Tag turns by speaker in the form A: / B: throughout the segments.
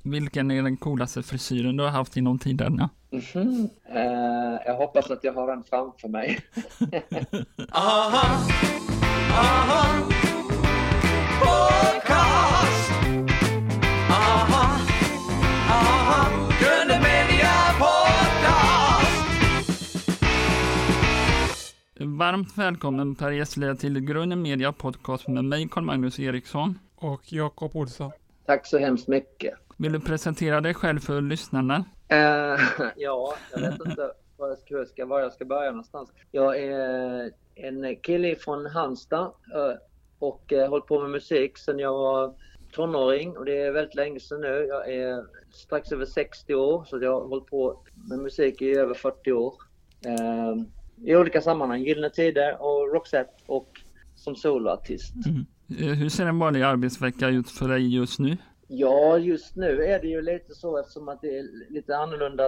A: Vilken är den coolaste frisyren du har haft inom tiderna?
B: Jag hoppas att jag har den framför mig.
C: Aha, aha, podcast. Aha, aha, Gröna Media podcast.
A: Varmt välkommen Per Gessle till Gröna Media podcast med mig Carl-Magnus Eriksson.
D: Och Jakob Olsson.
B: Tack så hemskt mycket.
A: Vill du presentera dig själv för lyssnarna?
B: Ja, jag vet inte var jag ska börja någonstans. Jag är en kille från Halmstad och har hållit på med musik sedan jag var tonåring. Och det är väldigt länge sedan nu. Jag är strax över 60 år, så jag har hållit på med musik i över 40 år. I olika sammanhang, Gyllene Tider och Roxette och som soloartist.
A: Hur ser en vanlig arbetsvecka ut för dig just nu?
B: Ja, just nu är det ju lite så eftersom att det är lite annorlunda.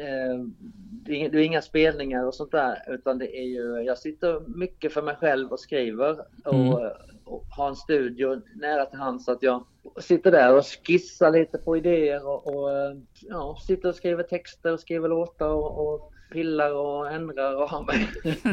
B: Det är inga spelningar och sånt där, utan det är ju, jag sitter mycket för mig själv och skriver och har en studio nära till hand, så att jag sitter där och skissar lite på idéer och sitter och skriver texter och skriver låtar och pillar och ändrar och har mig.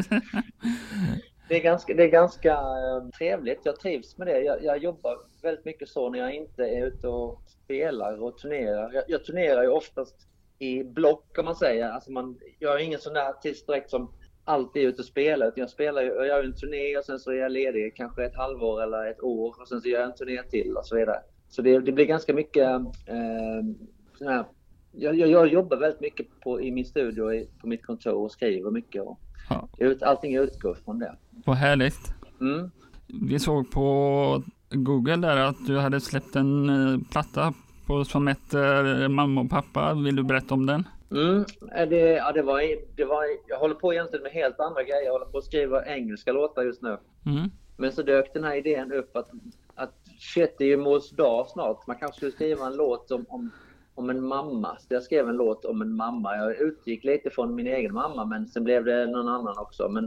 B: Det är ganska trevligt. Jag trivs med det. Jag jobbar väldigt mycket så när jag inte är ute och spelar och turnerar. Jag turnerar ju oftast i block, kan man säga. Alltså jag är ingen sån där artist direkt som alltid är ute och spelar. Utan jag gör en turné och sen så är jag ledig kanske ett halvår eller ett år. Och sen så gör jag en turné till och så vidare. Så det blir ganska mycket sån här. Jag jobbar väldigt mycket i min studio på mitt kontor och skriver mycket. Och allting utgår från det.
A: Vad härligt. Vi såg på Google där att du hade släppt en platta som heter Mamma och pappa. Vill du berätta om den?
B: Det var jag håller på egentligen med helt andra grejer. Jag håller på att skriva engelska låtar just nu. Men så dök den här idén upp att shit, det är ju mors dag snart. Man kanske skulle skriva en låt om en mamma. Så jag skrev en låt om en mamma. Jag utgick lite från min egen mamma, men sen blev det någon annan också. Men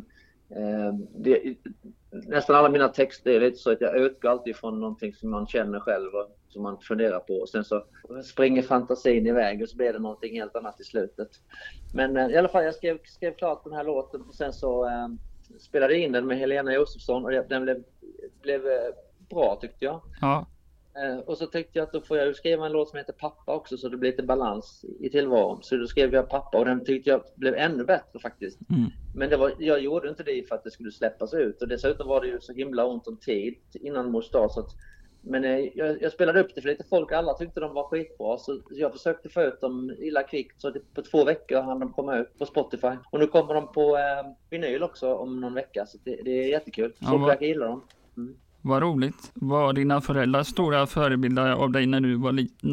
B: nästan alla mina texter är lite så att jag utgår alltid från någonting som man känner själv och som man funderar på. Och sen så springer fantasin iväg och så blir det någonting helt annat i slutet. Men i alla fall, jag skrev klart den här låten och sen så spelade jag in den med Helena Josefsson och den blev bra, tyckte jag.
A: Ja.
B: Och så tyckte jag att då får jag skriva en låt som heter Pappa också, så det blir lite balans i tillvaron. Så då skrev jag Pappa och den tyckte jag blev ännu bättre faktiskt. Men jag gjorde inte det för att det skulle släppas ut. Och dessutom var det ju så himla ont om tid innan mors dag. Men jag spelade upp det för lite folk, alla tyckte de var skitbra. Så jag försökte få ut dem illa kvickt, så på 2 veckor hann de komma ut på Spotify. Och nu kommer de på vinyl också om någon vecka, så det är jättekul. Folk verkar gilla dem.
A: Vad roligt. Var dina föräldrar stora förebilder av dig när du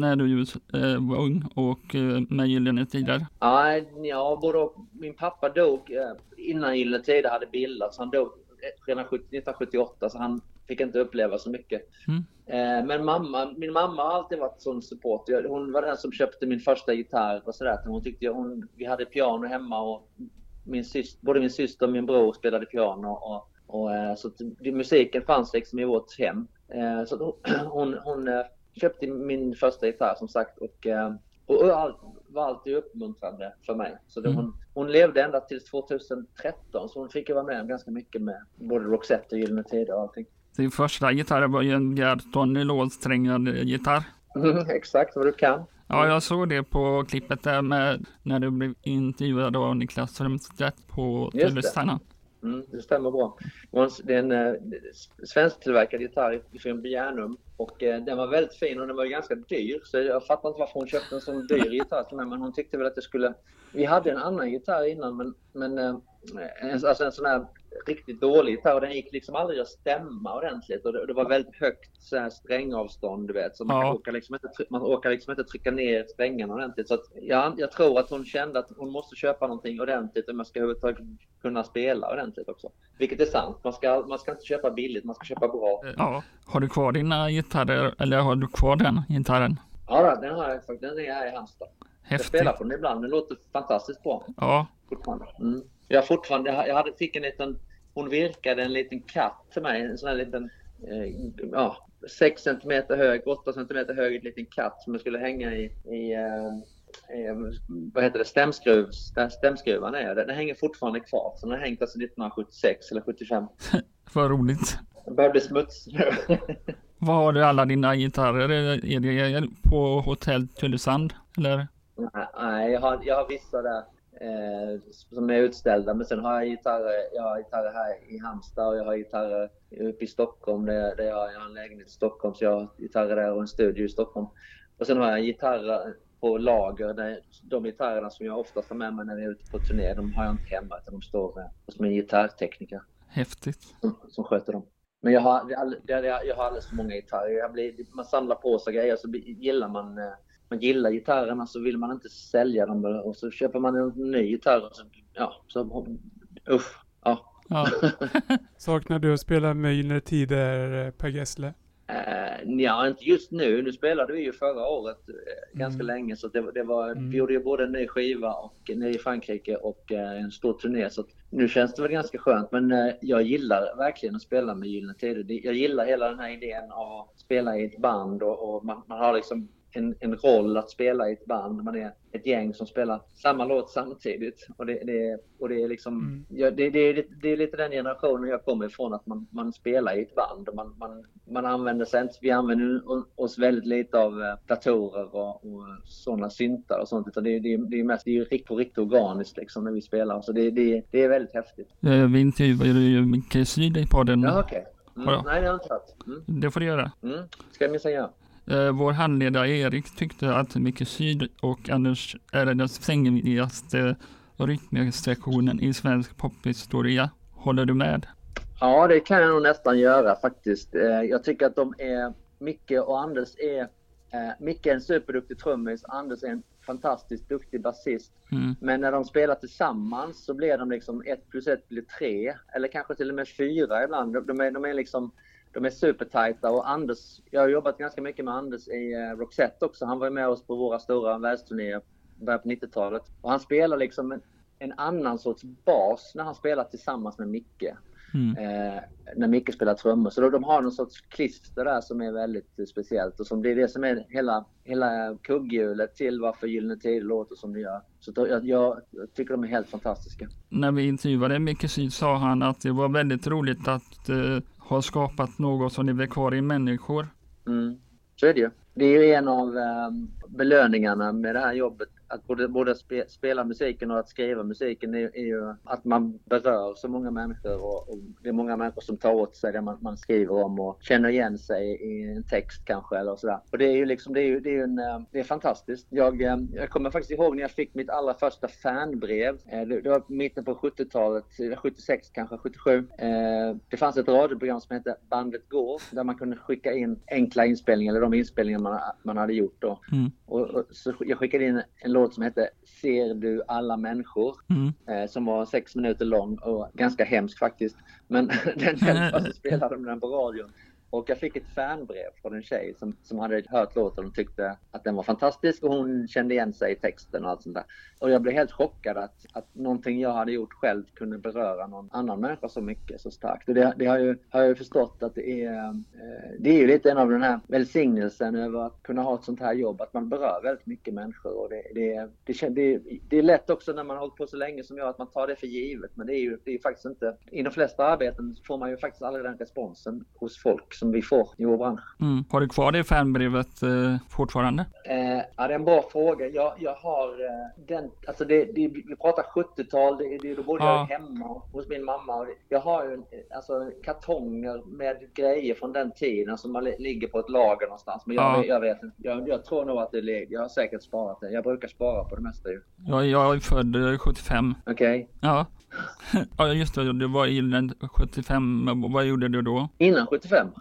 A: var ung och med Gyllene Tider?
B: Ja, både min pappa dog innan Gyllene Tider hade bildats. Han dog redan 1978, så han fick inte uppleva så mycket. Men min mamma har alltid varit sån support. Hon var den som köpte min första gitarr och sådär. Vi hade piano hemma och både min syster och min bror spelade piano så musiken fanns liksom i vårt hem. Så hon köpte min första gitarr som sagt och var alltid uppmuntrande för mig. Så hon levde ända till 2013, så hon fick ju vara med ganska mycket med både Roxette och Gyllene Tider och allting.
A: Din första gitarr var ju en Gerdton lådsträngad gitarr.
B: Exakt, vad du kan.
A: Ja, jag såg det på klippet där när du blev intervjuad av Niklas Strömstedt på Tylösand.
B: Det stämmer bra. Det är en svensk tillverkad gitarr från Bjärnum och den var väldigt fin och den var ganska dyr, så jag fattar inte varför hon köpte en sån dyr gitarr till mig, men hon tyckte väl att vi hade en annan gitarr innan, men alltså en sån här riktigt dålig gitarr och den gick liksom aldrig att stämma ordentligt och det var väldigt högt så här strängavstånd, du vet, så man orkar liksom inte trycka ner strängarna ordentligt, så att jag tror att hon kände att hon måste köpa någonting ordentligt om man ska överhuvudtaget kunna spela ordentligt också, vilket är sant. Man ska inte köpa billigt, man ska köpa bra.
A: Ja, har du kvar dina gitarrer, eller har du kvar den gitarren?
B: Ja, den har jag faktiskt, den är här i Halmstad. Jag spelar på den ibland, den låter fantastiskt bra.
A: Ja.
B: Fortfarande. Jag fick en liten, hon virkade en liten katt till mig, en sån här liten ja, 6 centimeter hög, 8 centimeter hög liten katt som jag skulle hänga i vad heter det, stämskruvan är det. Den hänger fortfarande kvar, så den har hängt alltså 1976 eller 75.
A: Vad roligt.
B: Det börjar bli smuts nu.
A: Vad har du alla dina gitarrer? Är det på Hotell Tylösand, eller?
B: Nej, jag har vissa där som är utställda, men sen har jag gitarrer här i Halmstad och jag har gitarrer uppe i Stockholm där jag har en lägenhet i Stockholm, så jag har gitarrer där och en studio i Stockholm. Och sen har jag gitarrer på lager, där de gitarrerna som jag oftast har med mig när jag är ute på turné, de har jag inte hemma utan de står med hos min gitarrtekniker.
A: Häftigt.
B: Som sköter dem. Men jag har alldeles för många gitarrer. Man samlar på sig grejer, så gillar man gillar gitarrerna så vill man inte sälja dem, och så köper man en ny gitarr och
A: Ja.
D: Saknar du att spela med Gyllene Tider, Per Gessle?
B: Ja, inte just nu. Nu spelade vi ju förra året ganska länge, så det var, vi gjorde ju både en ny skiva och nere i Frankrike och en stor turné, så att nu känns det väl ganska skönt. Men jag gillar verkligen att spela med Gyllene Tider. Jag gillar hela den här idén av att spela i ett band och man har liksom en roll att spela i ett band. Man är ett gäng som spelar samma låt samtidigt. Och det är liksom det är lite den generationen jag kommer ifrån, att man spelar i ett band och man använder sig inte, vi använder oss väldigt lite av datorer och sådana syntar och sånt, utan det är mest riktigt organiskt liksom när vi spelar, så det är väldigt häftigt.
A: Vi intervjuade ju Micke Syd i podden.
B: Ja, okej. Nej, det har jag inte hört.
A: Det får du göra.
B: Ska jag minst säga.
A: Vår handledare Erik tyckte att Micke Syd och Anders är den svängigaste rytmsektionen i svensk pophistoria. Håller du med?
B: Ja, det kan jag nog nästan göra faktiskt. Jag tycker att de är, Micke och Anders Micke är en superduktig trummis, Anders är en fantastiskt duktig basist. Men när de spelar tillsammans så blir de liksom 1 + 1 blir 3, eller kanske till och med 4 ibland. De är supertajta, och Anders, jag har jobbat ganska mycket med Anders i Roxette också. Han var med oss på våra stora världsturnéer början på 90-talet. Och han spelar liksom en annan sorts bas när han spelar tillsammans med Micke. När Micke spelar trummor. Så de har någon sorts klister där som är väldigt speciellt. Och det är det som är hela kugghjulet till varför Gyllene Tider låter som det gör. Så jag tycker de är helt fantastiska.
A: När vi intervjuade Micke Syd sa han att det var väldigt roligt att ha skapat något som lever kvar i människor.
B: Så är det ju. Det är ju en av belöningarna med det här jobbet. Att både spela musiken och att skriva musiken är ju att man berör så många människor, och det är många människor som tar åt sig det man skriver om och känner igen sig i en text kanske eller sådär. Och det är ju liksom, det är fantastiskt. Jag kommer faktiskt ihåg när jag fick mitt allra första fanbrev. Det var mitten på 70-talet, 76 kanske, 77. Det fanns ett radioprogram som hette Bandet Går, där man kunde skicka in enkla inspelningar, eller de inspelningar man hade gjort då. Och så jag skickade in en låt som hette Ser du alla människor, som var 6 minuter lång och ganska hemsk faktiskt, men den spelade den på radion. Och jag fick ett fanbrev från en tjej som hade hört låten och tyckte att den var fantastisk, och hon kände igen sig i texten och allt sånt där. Och jag blev helt chockad att någonting jag hade gjort själv kunde beröra någon annan människa så mycket, så starkt. Och det har jag ju förstått att det är ju lite en av den här välsignelsen över att kunna ha ett sånt här jobb, att man berör väldigt mycket människor. Och det är lätt också när man har hållit på så länge som jag, att man tar det för givet. Men det är faktiskt inte, i de flesta arbeten får man ju faktiskt aldrig den responsen hos folk som vi får i vår bransch.
A: Har du kvar det fanbrevet fortfarande?
B: Ja, det är en bra fråga. Jag har alltså vi pratar 70-tal, då bodde jag hemma hos min mamma. Jag har ju kartonger med grejer från den tiden som man ligger på ett lager någonstans. Men jag vet inte. Jag tror nog att det ligger. Jag har säkert sparat det. Jag brukar spara på det mesta ju.
A: Ja, jag är född 75.
B: Okej.
A: Ja. Ja, just det. Du var i 75. Vad gjorde du då?
B: Innan 75?
A: Ja.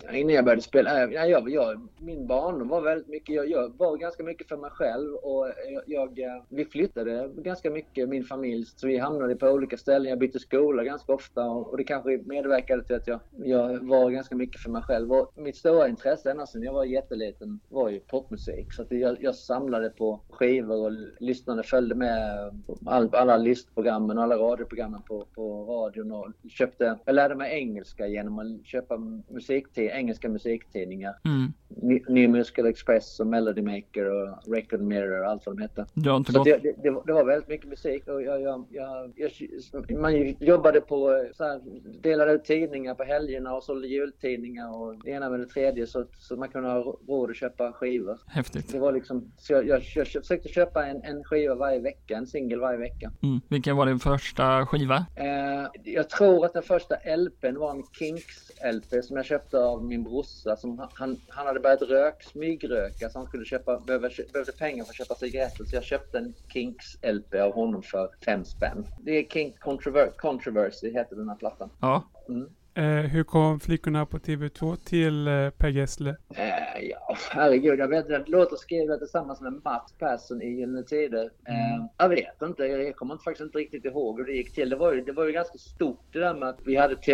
B: Innan jag började spela, min barndom var väldigt mycket, jag var ganska mycket för mig själv och vi flyttade ganska mycket, min familj, så vi hamnade på olika ställen, jag bytte skola ganska ofta och det kanske medverkade till att jag var ganska mycket för mig själv. Och mitt stora intresse ända sedan jag var jätteliten var ju popmusik, så att jag samlade på skivor och lyssnade, följde med alla listprogrammen och alla radioprogrammen på radion och jag lärde mig engelska genom att köpa engelska musiktidningar. New Musical Express och Melody Maker och Record Mirror och allt vad de hette. Det var väldigt mycket musik och man jobbade på så här, delade ut tidningar på helgerna och sålde jultidningar och det ena med det tredje så man kunde ha råd att köpa skivor.
A: Häftigt.
B: Det var liksom, så jag försökte köpa en skiva varje vecka, en singel varje vecka.
A: Vilken var din första skiva?
B: Jag tror att den första LPn var en Kinks-LP som jag köpte av min brorsa. Han hade börjat smygröka så han skulle behövde pengar för att köpa cigaretter. Så jag köpte en Kinks-LP av honom för 5 spänn. Det är Kinks Controversy heter den här plattan.
A: Ja.
D: Hur kom Flickorna på TV2 till Per Gessle?
B: Herregud, jag vet att låter skriva tillsammans med Mats Persson i Gyllene Tider. Jag vet inte, jag kommer faktiskt inte riktigt ihåg hur det gick till. Det var ju ganska stort det där med att vi hade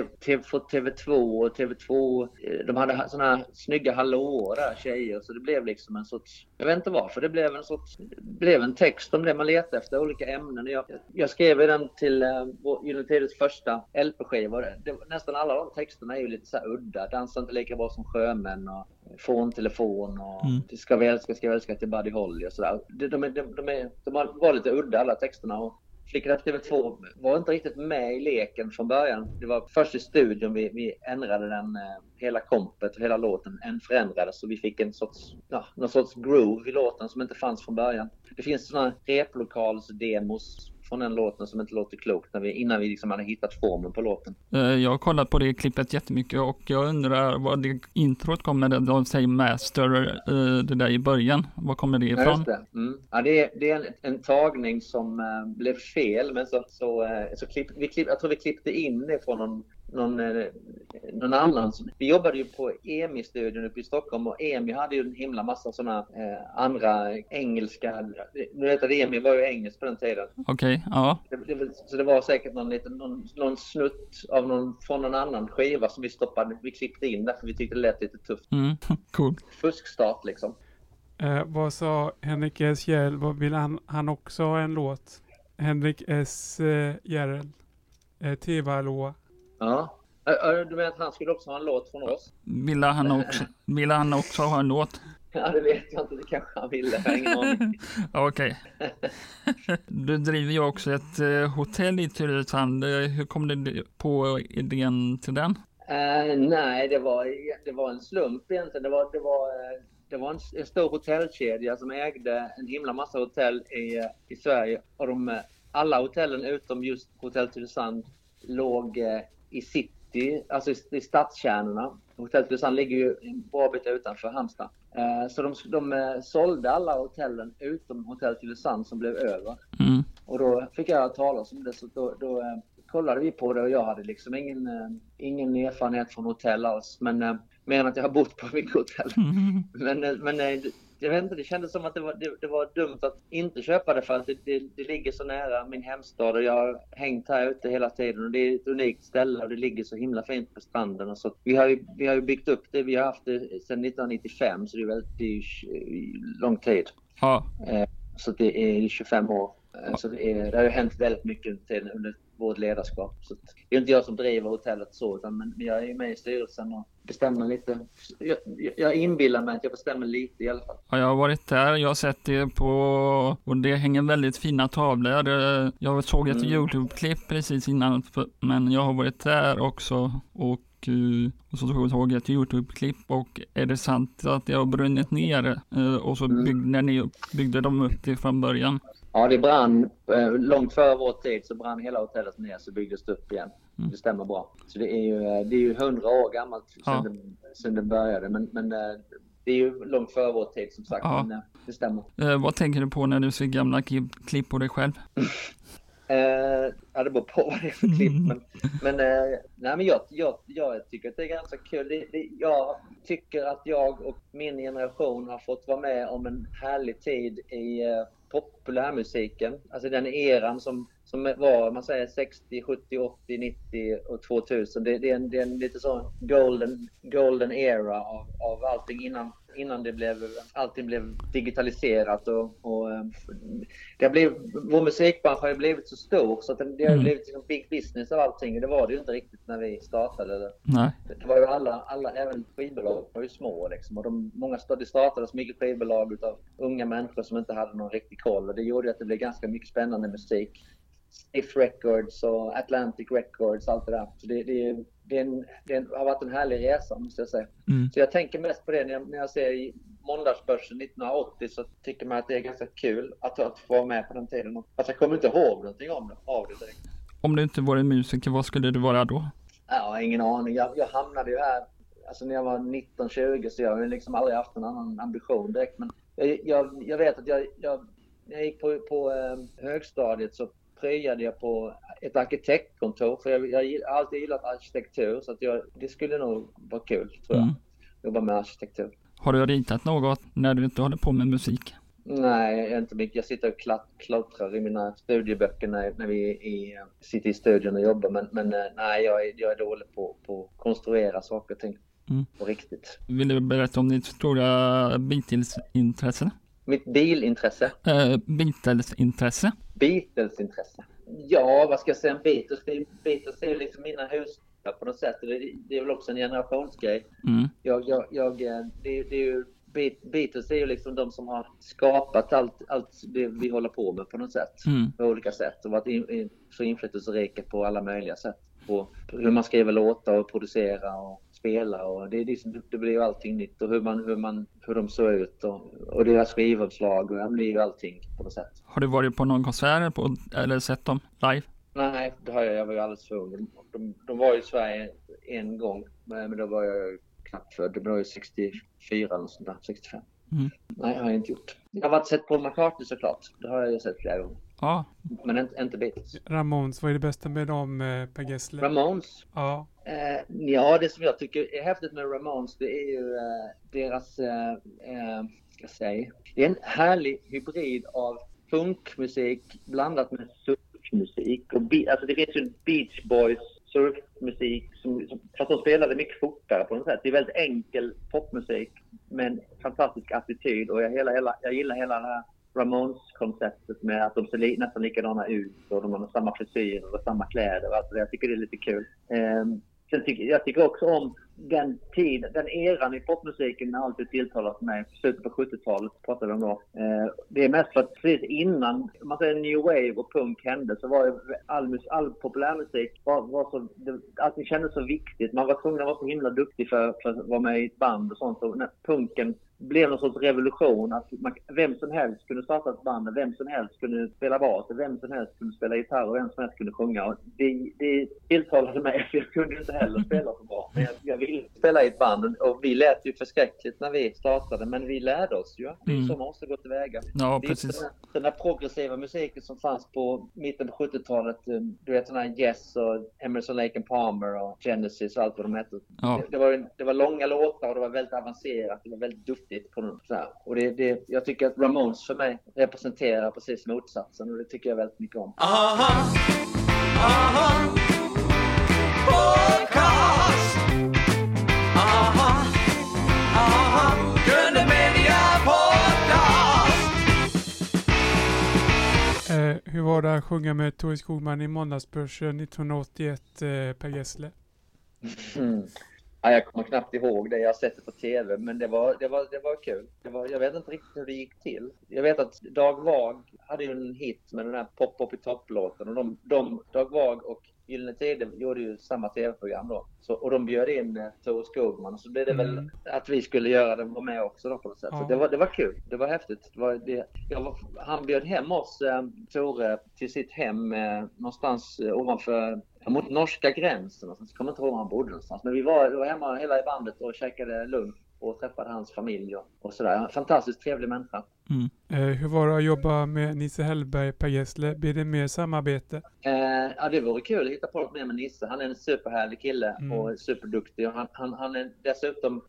B: TV2 och TV2, de hade såna här snygga hallåor där, tjejer, så det blev liksom en sorts, jag vet inte varför, det blev en text om det man letade efter, olika ämnen. Jag skrev den till Gyllene Tiders första LP-skiva. Nästan alla de texterna är ju lite så här udda. Dansa inte lika bra som sjömän och få en telefon och ska vi älska till Buddy Holly och sådär. De var lite udda alla texterna och Flickorna på TV2 var inte riktigt med i leken från början. Det var först i studion vi ändrade den, hela kompet och hela låten förändrades så vi fick någon sorts groove i låten som inte fanns från början. Det finns sådana replokalsdemos från den låten som inte låter klokt innan vi liksom hade hittat formen på låten.
A: Jag har kollat på det klippet jättemycket och jag undrar vad det introt kommer det de säger Master det där i början. Vad kommer det ifrån?
B: Just det. Ja, det är en tagning som blev fel men jag tror vi klippte in det från någon annan. Vi jobbade ju på EMI-studion uppe i Stockholm och EMI hade ju en himla massa sådana andra engelska, nu vet jag att EMI var ju engelsk på den tiden.
A: Okej, ja.
B: Så det var säkert någon snutt av från någon annan skiva som vi klippte in där för vi tyckte det lät lite tufft.
A: Cool.
B: Fuskstart liksom.
D: Vad sa Henrik S. Järrel? Vill han också ha en låt? Henrik S. Järrel. TV-hallå.
B: Ja. Du menar att han skulle också ha en låt från oss?
A: Ville han också ha en låt?
B: Ja, det vet jag inte. Det kanske han ville. Jag har ingen aning.
A: Okej. Du driver ju också ett hotell i Tylösand. Hur kom du på idén till den?
B: Nej, det var en slump egentligen. Det var en stor hotellkedja som ägde en himla massa hotell i Sverige. Och alla hotellen utom just Hotell Tylösand låg i city, alltså i stadskärnorna. Hotell Tylösand ligger ju en bra bit utanför Halmstad. Så de sålde alla hotellen utom Hotell Tylösand som blev över. Och då fick jag tala om det, så då kollade vi på det och jag hade liksom ingen erfarenhet från hotell alls. Men mer än att jag har bott på mycket hotell. Men jag vet inte, det kändes som att det var dumt att inte köpa det för att det ligger så nära min hemstad och jag har hängt här ute hela tiden och det är ett unikt ställe och det ligger så himla fint på stranden och så. Vi har ju byggt upp det, vi har haft det sedan 1995 så det är lång tid. Ja. Så det är 25 år. Så det har ju hänt väldigt mycket under vårt ledarskap. Så det är inte jag som driver hotellet så, men jag är med i styrelsen och bestämmer lite. Jag inbillar mig att jag bestämmer lite i alla fall.
A: Ja, jag har varit där, jag har sett det och det hänger väldigt fina tavlor. Jag såg ett YouTube-klipp precis innan, men jag har varit där också och så såg jag ett YouTube-klipp och är det sant att det har brunnit ner och så byggde de upp det från början?
B: Ja, det brann långt före vår tid så brann hela hotellet ner så byggdes det upp igen. Det stämmer bra. Så det är ju 100 år gammalt sedan det började men det är ju långt före vår tid som sagt, men det stämmer.
A: Vad tänker du på när du ser gamla klipp på dig själv?
B: Ja, det beror på vad det är för klipp. Men jag tycker att det är ganska kul. Jag tycker att jag och min generation har fått vara med om en härlig tid i populärmusiken. Alltså den eran som var, man säger 60, 70, 80, 90 och 2000. Det är en lite så golden era av allting innan allting blev digitaliserat och vår musikbransch har blivit så stor så att det har blivit liksom big business av allting, och det var det ju inte riktigt när vi startade.
A: Nej.
B: Det var ju alla även skivbolag var ju små liksom, och det startades mycket skivbolag utav unga människor som inte hade någon riktig koll, och det gjorde att det blev ganska mycket spännande musik. Stiff Records och Atlantic Records, allt det där. Så det har varit en härlig resa, måste jag säga. Så jag tänker mest på det när jag ser i Måndagsbörsen 1980, så tycker man att det är ganska kul att få vara med på den tiden. Fast jag kommer inte ihåg någonting av det direkt.
A: Om du inte var musiker, vad skulle du vara då?
B: Ja, ingen aning. Jag hamnade ju här alltså när jag var 19-20, så jag har liksom aldrig haft en annan ambition direkt. Men jag vet att när jag gick på högstadiet så pröjade jag på ett arkitektkontor, för jag har alltid gillat arkitektur, så att det skulle nog vara kul, tror jag. Jobba med arkitektur.
A: Har du ritat något när du inte håller på med musik?
B: Nej, inte mycket. Jag sitter och klottrar i mina studieböcker när vi sitter i studion och jobbar, men nej, jag är dålig på att konstruera saker och ting på riktigt.
A: Vill du berätta om ditt stora Beatles-intresse?
B: Mitt bilintresse?
A: Beatles-intresse?
B: Beatles-intresse? Ja, vad ska jag säga om Beatles? Beatles är ju liksom mina husar på något sätt. Det är väl också en generationsgrej. Beatles är ju liksom de som har skapat allt det vi håller på med på något sätt. På olika sätt. Och varit så inflytelserika på alla möjliga sätt. På hur man skriver låtar och producerar och spela, och det blir ju allting nytt, och hur de såg ut och deras skivomslag, och det blir ju allting på något sätt.
A: Har du varit på någon konsert eller sett dem live?
B: Nej, det har jag var ju alldeles för ung. De var i Sverige en gång, men då var jag knappt född. Det var ju 64 eller sånt där, 65. Nej, jag har inte gjort. Jag har varit sett på McCartney såklart. Det har jag ju sett flera gånger.
A: Ja.
B: Men inte Beatles.
D: Ramones, vad är det bästa med dem, Per Gessle?
B: Ramones?
D: Ja.
B: Ja, det som jag tycker är häftigt med Ramones, det är ju deras, ska jag säga, det är en härlig hybrid av funkmusik blandat med surfmusik. Alltså det finns ju Beach Boys surfmusik fast de spelade mycket fortare på något sätt. Det är väldigt enkel popmusik med en fantastisk attityd, och jag gillar hela det här Ramones-konceptet med att de ser nästan likadana ut, och de har samma frisyrer och samma kläder och allt det. Jag tycker det är lite kul. Jag tycker också om den eran i popmusiken när allt är tilltalat med. Slutet på 70-talet pratade vi om då. Det är mest för att precis innan man säger new wave och punk hände, så var ju all populärmusik allting kändes så viktigt. Man var tvungen att vara så himla duktig för att vara med i ett band och sånt. Och när punken blev någon sorts revolution, att vem som helst kunde starta ett band, vem som helst kunde spela bas, vem som helst kunde spela gitarr och vem som helst kunde sjunga. Och det tilltalade mig, för jag kunde inte heller spela så bra. Men jag ville spela i ett band, och vi lät ju förskräckligt när vi startade, men vi lärde oss ju. Det är så man måste gå tillväga.
A: Ja, precis.
B: Den här progressiva musiken som fanns på mitten på 70-talet, du vet sådana här Yes och Emerson, Lake and Palmer och Genesis och allt vad de hette.
A: Ja.
B: Det var långa låtar, och det var väldigt avancerat, det var väldigt duktigt på något så här. Och jag tycker att Ramones för mig representerar precis motsatsen, och det tycker jag väldigt mycket om.
C: Aha, podcast. Aha, Gröna Media podcast.
D: Hur var det att sjunga med Tore Skogman i Måndagsbörsen 1981, Per Gessle?
B: Ja, jag kommer knappt ihåg det. Jag har sett det på tv, men det var kul. Jag vet inte riktigt hur det gick till. Jag vet att Dag Vag hade ju en hit med den här Pop i topp-låten, och Dag Vag och Gyllene Tider gjorde ju samma tv-program då. Och de bjöd in Tore Skogman, så det är väl att vi skulle göra det, var med också då på något sätt. Så det var kul. Det var häftigt. Han bjöd hem oss, Tore, till sitt hem någonstans ovanför mot norska gränsen. Så kommer inte ihåg var han bodde någonstans. Men vi var hemma hela i bandet och käkade lunch och träffade hans familj och sådär. Fantastiskt trevlig människa.
D: Hur var det att jobba med Nisse Hellberg, Per Gessle? Blir det mer samarbete?
B: Ja, det vore kul att hitta på något mer med Nisse. Han är en superhärlig kille och superduktig. Och han är dessutom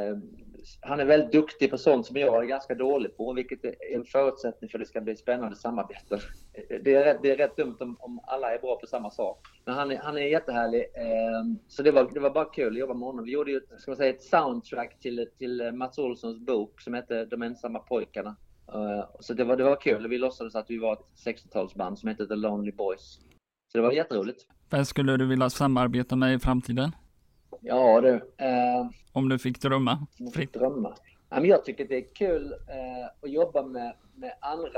B: han är väldigt duktig på sånt som jag är ganska dålig på, vilket är en förutsättning för att det ska bli spännande samarbete. Det är rätt dumt om alla är bra på samma sak. Men han är jättehärlig. Så det var bara kul att jobba med honom. Vi gjorde ju ett soundtrack till Mats Olssons bok som heter De ensamma pojkarna. Så det var kul. Vi låtsades att vi var ett 60-talsband som heter The Lonely Boys. Så det var jätteroligt.
A: Vem skulle du vilja samarbeta med i framtiden?
B: Ja du.
A: Om du fick drömma fritt.
B: Men jag tycker det är kul att jobba med andra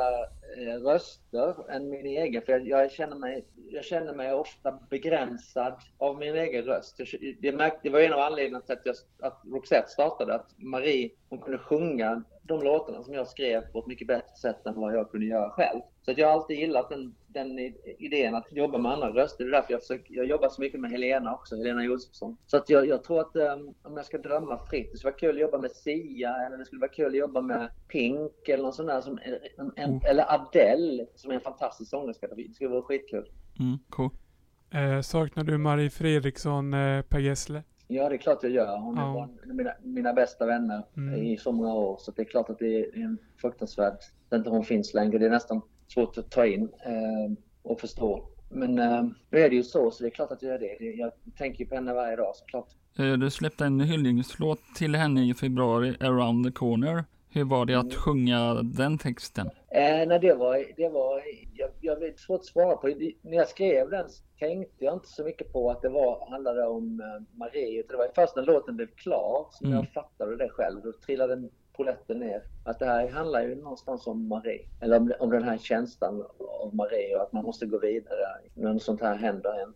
B: röster än min egen. För jag känner mig ofta begränsad av min egen röst. Det var en av anledningarna till att Roxette startade. Att Marie, hon kunde sjunga de låtarna som jag skrev på ett mycket bättre sätt än vad jag kunde göra själv. Så att jag har alltid gillat den idén att jobba med andra röster. Det är därför jag jobbar så mycket med Helena också, Helena Josefsson. Så att jag tror att om jag ska drömma fritt, det skulle vara kul att jobba med Sia, eller det skulle vara kul att jobba med Pink eller något sånt där, eller Adele som är en fantastisk sångerska. Det skulle vara skitkul.
A: Cool.
D: Saknar du Marie Fredriksson, Per Gessle?
B: Ja, det är klart jag gör. Hon är mina bästa vänner i så många år. Så det är klart att det är en fruktansvärd. Att inte hon finns längre. Det är nästan svårt att ta in och förstå. Men nu är det ju så det är klart att jag gör det. Jag tänker på henne varje dag, såklart.
A: Du släppte en hyllningslåt till henne i februari, Around the Corner. Hur var det att sjunga den texten?
B: Nej, det var jag vet svårt att svara på. När jag skrev den tänkte jag inte så mycket på att det handlade om Marie. Det var först när låten blev klar som jag fattade det själv. Då trillade poletten ner. Att det här handlar ju någonstans om Marie. Eller om den här känslan av Marie och att man måste gå vidare när något sånt här händer än.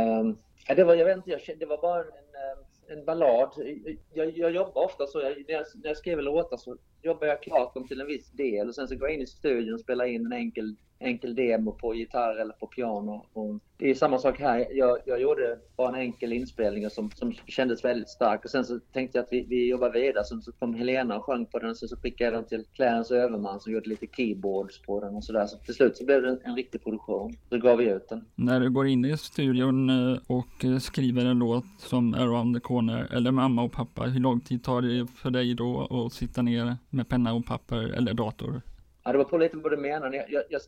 B: Det var bara en ballad. Jag jobbar ofta så. När jag skriver låtar så jobbar jag klart dem till en viss del. Och sen så går jag in i studion och spelar in en enkel demo på gitarr eller på piano. Och det är samma sak här. Jag gjorde bara en enkel inspelning som kändes väldigt stark. Och sen så tänkte jag att vi jobbar vidare. Så kom Helena och sjöng på den. Och så skickade jag den till Clarence Överman som gjorde lite keyboards på den och sådär. Så till slut så blev det en riktig produktion. Så gav vi ut den.
A: När du går in i studion och skriver en låt som Around the Corner eller Mamma och pappa, hur lång tid tar det för dig då att sitta ner med penna och papper eller dator?
B: Ja, det var på lite vad du menar. Jag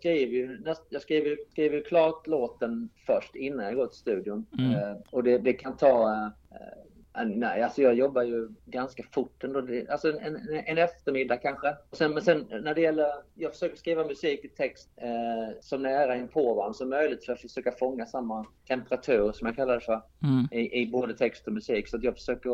B: skrev ju klart låten först innan jag går till studion. Och det kan ta... Nej, alltså jag jobbar ju ganska fort ändå. Alltså en eftermiddag kanske. Men sen när det gäller... Jag försöker skriva musik i text så nära in på varandra som möjligt för att försöka fånga samma temperatur som jag kallar det för i både text och musik. Så att jag försöker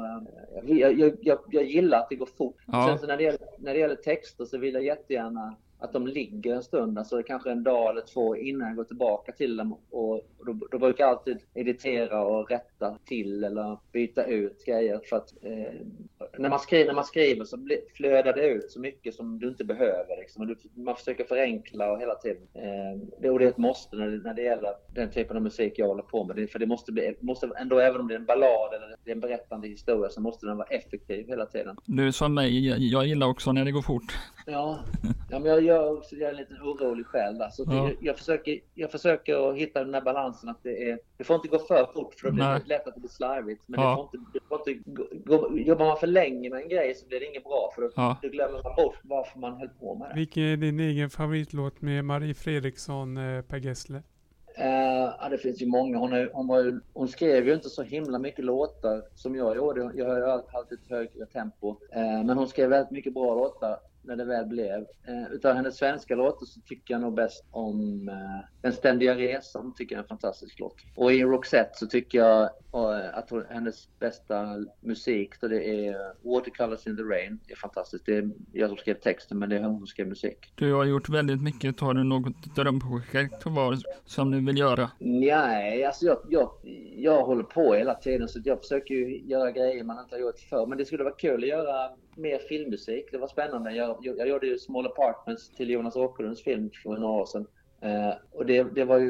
B: jag gillar att det går fort.
A: Ja.
B: Sen så när det gäller texter så vill jag jättegärna att de ligger en stund, alltså det kanske en dag eller två innan jag går tillbaka till dem och då brukar jag alltid editera och rätta till eller byta ut grejer för att när man skriver så flödar det ut så mycket som du inte behöver liksom. Man försöker förenkla och hela tiden. Det är ett måste när det gäller den typen av musik jag håller på med. För det måste ändå, även om det är en ballad eller det är en berättande historia, så måste den vara effektiv hela tiden.
A: Du som mig, jag gillar också när det går fort.
B: Ja, men jag är en liten orolig själv där. Så jag försöker att hitta den här balansen att det får inte gå för fort för då blir det lätt att det blir slarvigt. Men det får inte jobbar man för länge med en grej så blir det inget bra för då glömmer man bort varför man höll på med det.
D: Vilken är din egen favoritlåt med Marie Fredriksson, Per Gessle?
B: Det finns ju många. Hon skrev ju inte så himla mycket låtar som jag gjorde. Jag har ju alltid ett högre tempo. Men hon skrev väldigt mycket bra låtar när det väl blev. Utav hennes svenska låtar så tycker jag nog bäst om Den ständiga resan, tycker jag är en fantastisk låt. Och i Roxette så tycker jag att hennes bästa musik så det är Watercolors in the Rain. Det är fantastiskt. Det är jag som skrev texten men det är hon som skrev musik.
A: Du har gjort väldigt mycket. Har du något drömprojekt som du vill göra?
B: Nej, alltså jag håller på hela tiden så jag försöker ju göra grejer man inte har gjort förr. Men det skulle vara kul att göra mer filmmusik. Det var spännande. Jag gjorde ju Small Apartments till Jonas Åkerlunds film för några år sedan. Och det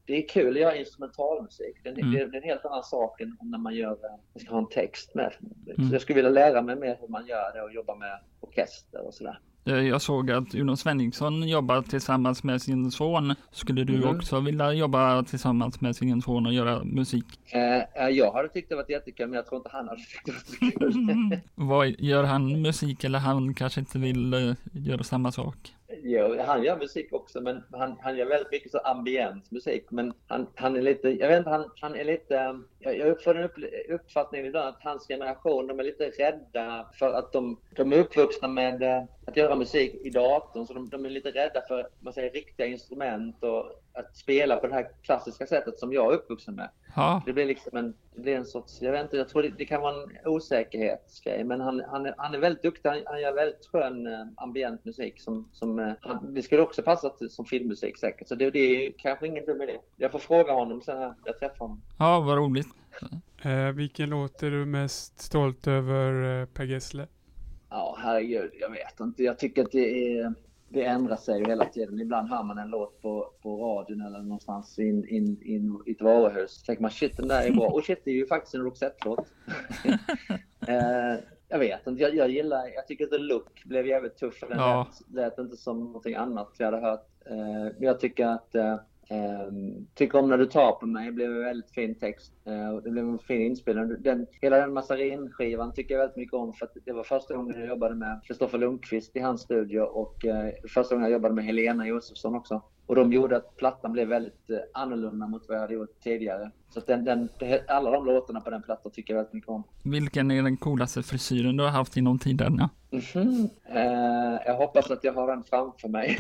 B: det är kul att göra instrumentalmusik. Det är en helt annan sak än när man ska ha en text med. Så jag skulle vilja lära mig mer hur man gör det och jobba med orkester och sådär.
A: Jag såg att Uno Svenningsson jobbar tillsammans med sin son. Skulle du också vilja jobba tillsammans med sin son och göra musik?
B: Jag hade tyckt det var jättekul, men jag tror inte han hade tyckt det var så kul.
A: Vad gör han musik, eller han kanske inte vill göra samma sak?
B: Jo, han gör musik också, men han gör väldigt mycket så ambient musik. Men han är lite, jag vet inte, han är lite, jag får en uppfattning ibland att hans generation, de är lite rädda för att de är uppvuxna med att göra musik i datorn, så de är lite rädda för, man säger, riktiga instrument och att spela på det här klassiska sättet som jag är uppvuxen med.
A: Ja.
B: Det blir liksom en sorts, jag vet inte, jag tror det kan vara en osäkerhetsgrej, men han är väldigt duktig, han gör väldigt skön ambient musik som det skulle också passa som filmmusik säkert, så det är kanske ingen dum idé. Jag får fråga honom sen när jag träffar honom.
A: Ja, vad roligt.
D: Vilken låt är du mest stolt över, Per Gessle?
B: Ja, herregud, jag vet inte. Jag tycker att det ändrar sig ju hela tiden. Ibland hör man en låt på radion eller någonstans in i ett varuhus. Så tänker man, shit, den där är bra. Och shit, det är ju faktiskt en Roxette-låt. Jag vet inte, jag tycker att The Look blev jävligt tuff. Den lät inte som någonting annat jag hade hört. Men jag tycker att tycker om När du tar på mig blev en väldigt fin text. Det blev en fin inspelning. Hela den Massarin-skivan tycker jag väldigt mycket om, för att det var första gången jag jobbade med Kristoffer Lundqvist i hans studio, och första gången jag jobbade med Helena Josefsson också. Och de gjorde att plattan blev väldigt annorlunda mot vad jag hade gjort tidigare. Så att alla de låtarna på den plattan tycker jag väldigt mycket om.
A: Vilken är den coolaste frisyren du har haft inom tiden?
B: Jag hoppas att jag har den framför mig.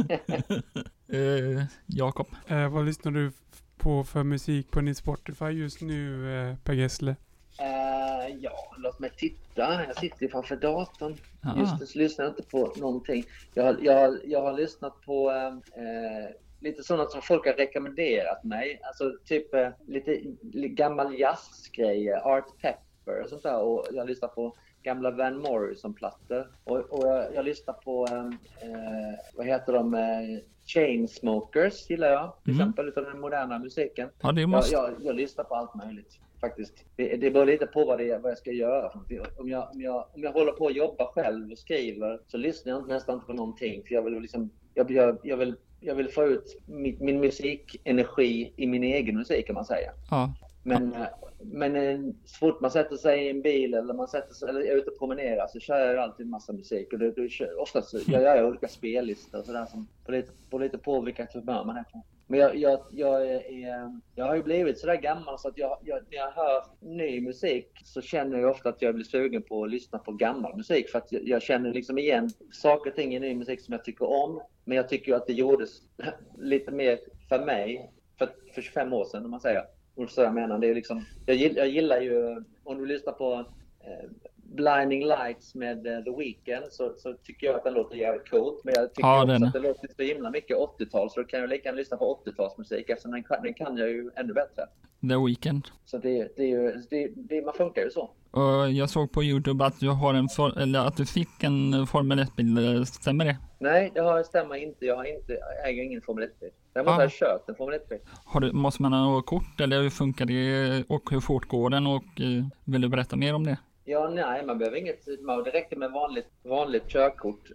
A: Jakob.
D: Vad lyssnar du på för musik på din Spotify just nu, Per Gessle?
B: Ja, låt mig titta. Jag sitter ju framför datorn. Just nu så lyssnar jag inte på någonting. Jag har lyssnat på lite sådant som folk har rekommenderat mig. Alltså typ lite gammal jazzgrejer, Art Pepper och sånt där. Och jag lyssnar på gamla Van Morrison-plattor. Och jag lyssnar på, vad heter de? Chainsmokers gillar jag, till exempel, utav den moderna musiken.
A: Ja, det måste...
B: jag lyssnar på allt möjligt faktiskt. Det beror lite på vad jag ska göra. Om jag håller på att jobba själv och skriver, så lyssnar jag nästan inte på någonting, för jag vill få ut min musikenergi i min egen musik, kan man säga.
A: Ja.
B: Men så fort man sätter sig i en bil eller är ute och promenerar, så kör jag alltid en massa musik. Och oftast jag gör olika spellistor så där, som på lite på vilka humör man är på. Men jag har ju blivit så där gammal, så att när jag hör ny musik så känner jag ofta att jag blir sugen på att lyssna på gammal musik. För att jag känner liksom igen saker och ting i ny musik som jag tycker om. Men jag tycker att det gjordes lite mer för mig för 25 år sedan, om man säger. Och så jag menar, det är liksom, jag gillar ju, om du lyssnar på Blinding Lights med The Weeknd, så tycker jag att den låter jävligt coolt. Men jag tycker också att det låter så himla mycket 80-tal, så då kan jag lika gärna lyssna på 80-talsmusik, eftersom den kan jag ju ännu bättre.
A: The Weeknd.
B: Så man funkar ju så.
A: Och jag såg på YouTube att du har att du fick en Formel 1-bil, stämmer det?
B: Nej, det stämmer inte. Jag äger ingen Formel 1-bil. Däremot har jag köpt en Formel 1-bil.
A: Måste man ha kort, eller hur funkar det, och hur fort går den, och vill du berätta mer om det?
B: Ja, nej, man behöver inget. Det räcker med vanligt körkort.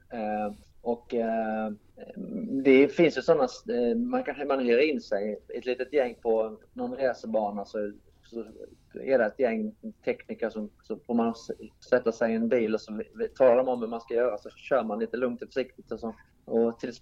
B: Det finns ju sådana, man hyr in sig ett litet gäng på någon resebana, så är det ett gäng tekniker som får man sätta sig i en bil, och så talar de om hur man ska göra, så kör man lite lugnt och försiktigt och tills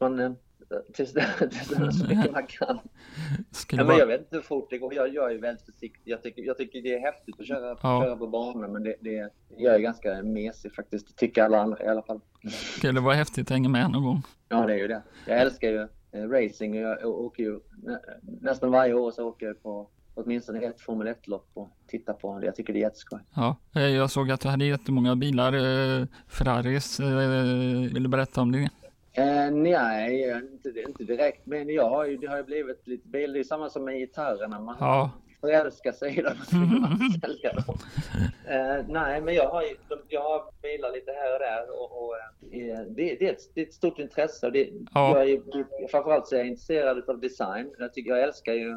B: så mycket man kan. Men jag vet inte hur fort det går. Jag är väldigt försiktig. Jag tycker det är häftigt att köra på banor, men jag är ganska mesig faktiskt. Det tycker alla andra i alla fall.
A: Skulle det vara häftigt att hänga med någon gång? Ja,
B: det är ju det. Jag älskar ju racing, och jag åker ju nästan varje år, så åker jag på åtminstone ett Formel 1-lopp och tittar på det. Jag tycker det är jätteskoj.
A: Ja, jag såg att du hade jättemånga bilar, Ferraris. Vill du berätta om det?
B: Nej, inte direkt. Men det har ju blivit lite bil. Det är samma som med gitarrerna. Man förälskar sig i dem. Nej, men jag har bilar lite här och där. Och det är ett stort intresse. Framförallt så är jag intresserad av design. Jag älskar ju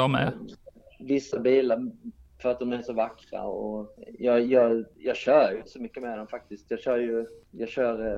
B: vissa bilar för att de är så vackra, och jag kör ju så mycket med dem faktiskt. Jag kör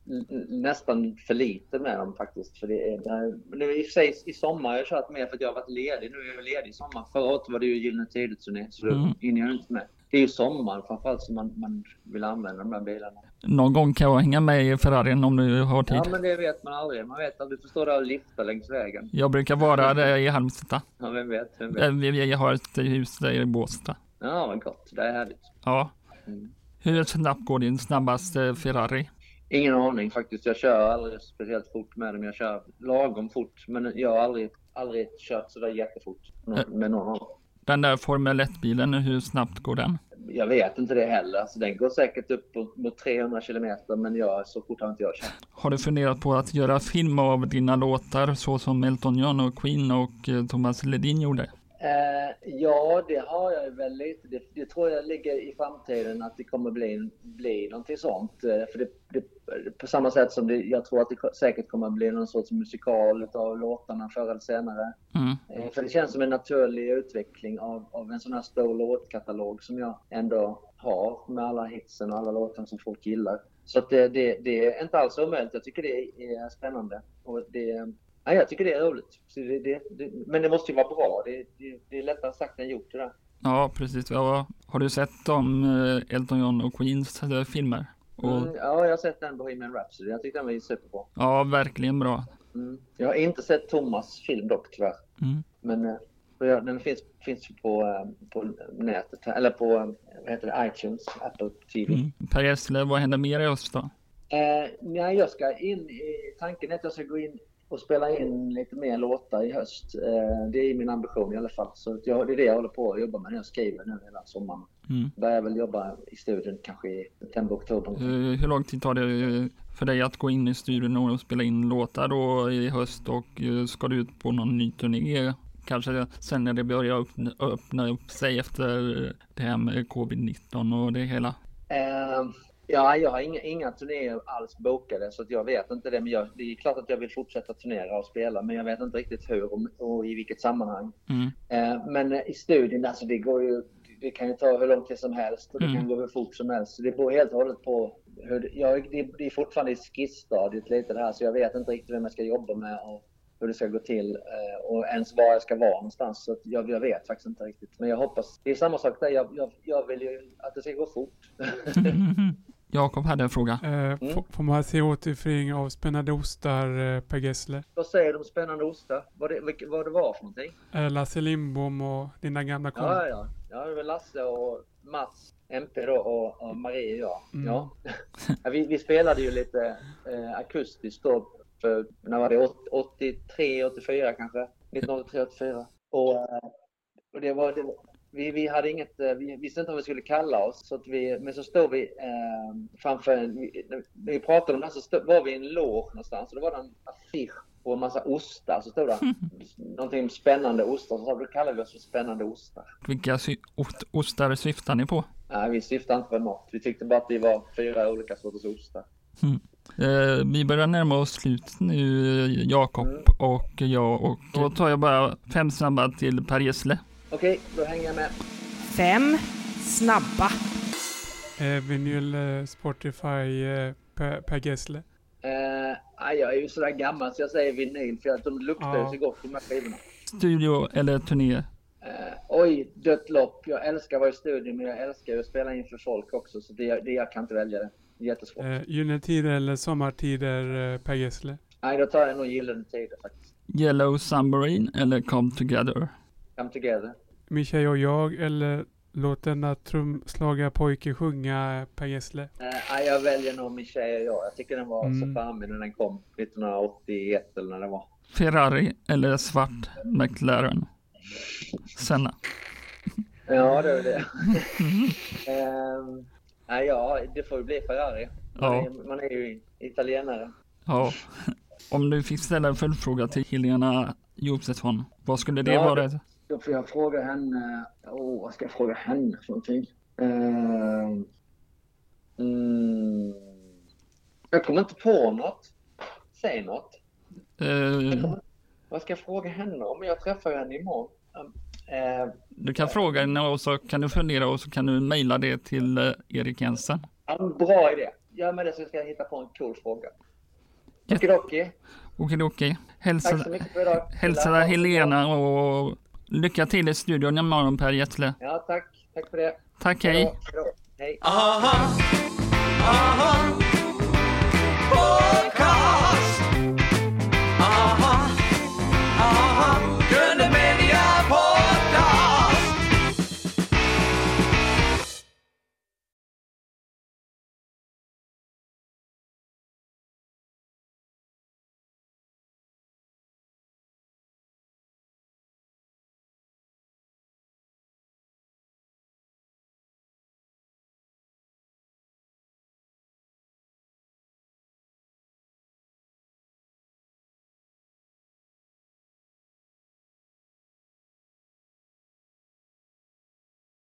B: nästan för lite med dem faktiskt, för det är i sig i sommar har jag kört med för att jag har varit ledig. Nu är jag ledig i sommar. Förra året var det ju Gyllene Tider-turné, så då hinner jag inte med. Det är ju sommar framförallt som man vill använda de här bilarna.
A: Någon gång kan jag hänga med i Ferrarin om du har tid.
B: Ja, men det vet man aldrig. Man vet att du får stå där och lifta längs vägen.
A: Jag brukar vara där i Halmstad.
B: Ja, vem vet.
A: Vi har ett hus där i Båstad.
B: Ja, vad gott. Det är härligt.
A: Ja. Hur snabbt går din snabbaste Ferrari?
B: Ingen aning faktiskt. Jag kör aldrig speciellt fort med dem. Jag kör lagom fort. Men jag har aldrig kört så där jättefort med någon av dem.
A: Den där Formel 1-bilen, hur snabbt går den?
B: Jag vet inte det heller. Alltså, den går säkert upp mot 300 kilometer, men så fort har inte jag kört.
A: Har du funderat på att göra film av dina låtar så som Elton John och Queen och Thomas Ledin gjorde?
B: Ja, det har jag väl lite. Det tror jag ligger i framtiden att det kommer bli någonting sånt. För det på samma sätt som jag tror att det säkert kommer bli någon sorts musikal av låtarna förr eller senare. För det känns som en naturlig utveckling av en sån här stor låtkatalog som jag ändå har med alla hitsen och alla låtar som folk gillar. Så att det är inte alls omöjligt. Jag tycker det är spännande. Och jag tycker det är roligt. Så men det måste ju vara bra. Det är lättare sagt än gjort det där.
A: Ja, precis. Har du sett Elton John och Queens filmer?
B: Ja, jag har sett den Bohemian Rhapsody. Jag tyckte den var superbra.
A: Ja, verkligen bra.
B: Jag har inte sett Thomas film dock tyvärr. Men den finns på nätet. Eller på iTunes, Apple TV.
A: Per Gessle, vad händer mer i höst då?
B: Nej, jag ska tanken är att jag ska gå in och spela in lite mer låtar i höst. Det är min ambition i alla fall. Så det är det jag håller på att jobba med när jag skriver nu hela sommaren. Börjar väl jobba i studion kanske i september, oktober.
A: Hur lång tid tar det för dig att gå in i studion och spela in låtar då i höst, och ska du ut på någon ny turné? Kanske sen när det börjar öppna upp sig efter det här med covid-19 och det hela?
B: Ja, jag har inga turnéer alls bokade, så att jag vet inte det. Men det är klart att jag vill fortsätta turnera och spela, men jag vet inte riktigt hur och i vilket sammanhang. Men i studion, alltså det kan ju ta hur lång tid som helst och det kan gå hur fort som helst. Så det beror helt och hållet på det är fortfarande i skissstadiet lite det här, så jag vet inte riktigt vem jag ska jobba med och hur det ska gå till och ens var jag ska vara någonstans. Så att jag vet faktiskt inte riktigt. Men jag hoppas, det är samma sak där, jag vill ju att det ska gå fort.
A: Jakob hade en fråga.
D: Får man se återföring av spännande ostar, Per Gessle?
B: Vad säger du om spännande ostar? Vad det var för någonting?
D: Lasse Lindbom och dina gamla kompisar.
B: Ja, det var Lasse och Mats, MP då, och Marie, ja. Vi spelade ju lite akustiskt då, för när var det 83, 84 kanske? 1983, 84. Och det var vi hade inget, vi visste inte vad vi skulle kalla oss, så att men så stod vi framför när vi pratade om det, så var vi i en loge någonstans, och då var det en affisch på en massa ostar, så stod det någonting spännande ostar, så då kallade vi oss för spännande ostar.
A: Vilka ostar syftar ni på?
B: Nej, vi syftar inte på något. Vi tyckte bara att det var 4 olika sorters ostar.
A: Vi börjar närma oss slut nu, Jakob och jag, och då tar jag bara 5 snabba till Per Gessle.
B: Okej, då hänger jag med.
E: 5 snabba.
D: Vinyl, Spotify, Per Gessle.
B: Jag är ju sådär gammal så jag säger vinyl, för att de luktar ju så gott de här skivorna.
A: Studio eller turné?
B: Dött lopp. Jag älskar att vara i studion, men jag älskar att spela inför folk också, så jag kan inte välja det. Jättesvårt.
D: Gyllene tider eller sommartider, Per Gessle?
B: Nej, då tar jag nog Gyllene tider faktiskt.
A: Yellow Submarine eller Come Together?
B: Come Together.
D: Min tjej och jag, eller låt denna trumslagarpojke sjunga, Per Gessle?
B: Jag väljer nog Min tjej och jag. Jag tycker den var så charmig när den kom 1981 eller när det var.
A: Ferrari eller svart McLaren? Senna.
B: Ja, det är det. Det får ju bli Ferrari. Man är ju italienare.
A: Ja. Om du fick ställa en följdfråga till Helena Josefsson, vad skulle det
B: Ja,
A: vara?
B: Då får jag fråga henne. Vad ska jag fråga henne för någonting? Jag kommer inte på något. Säg något. Vad ska jag fråga henne om? Jag träffar henne imorgon.
A: Du kan fråga henne och så kan du fundera och så kan du mejla det till Erik Jensen.
B: Bra idé. Gör med det så ska jag hitta på en cool fråga. Okej.
A: Okej.
B: Tack så mycket för idag.
A: Hälsa Helena och lycka till i studion imorgon, Per Gessle.
B: Ja, tack. Tack för det.
A: Tack, hej.
B: Hej.
C: Podcast.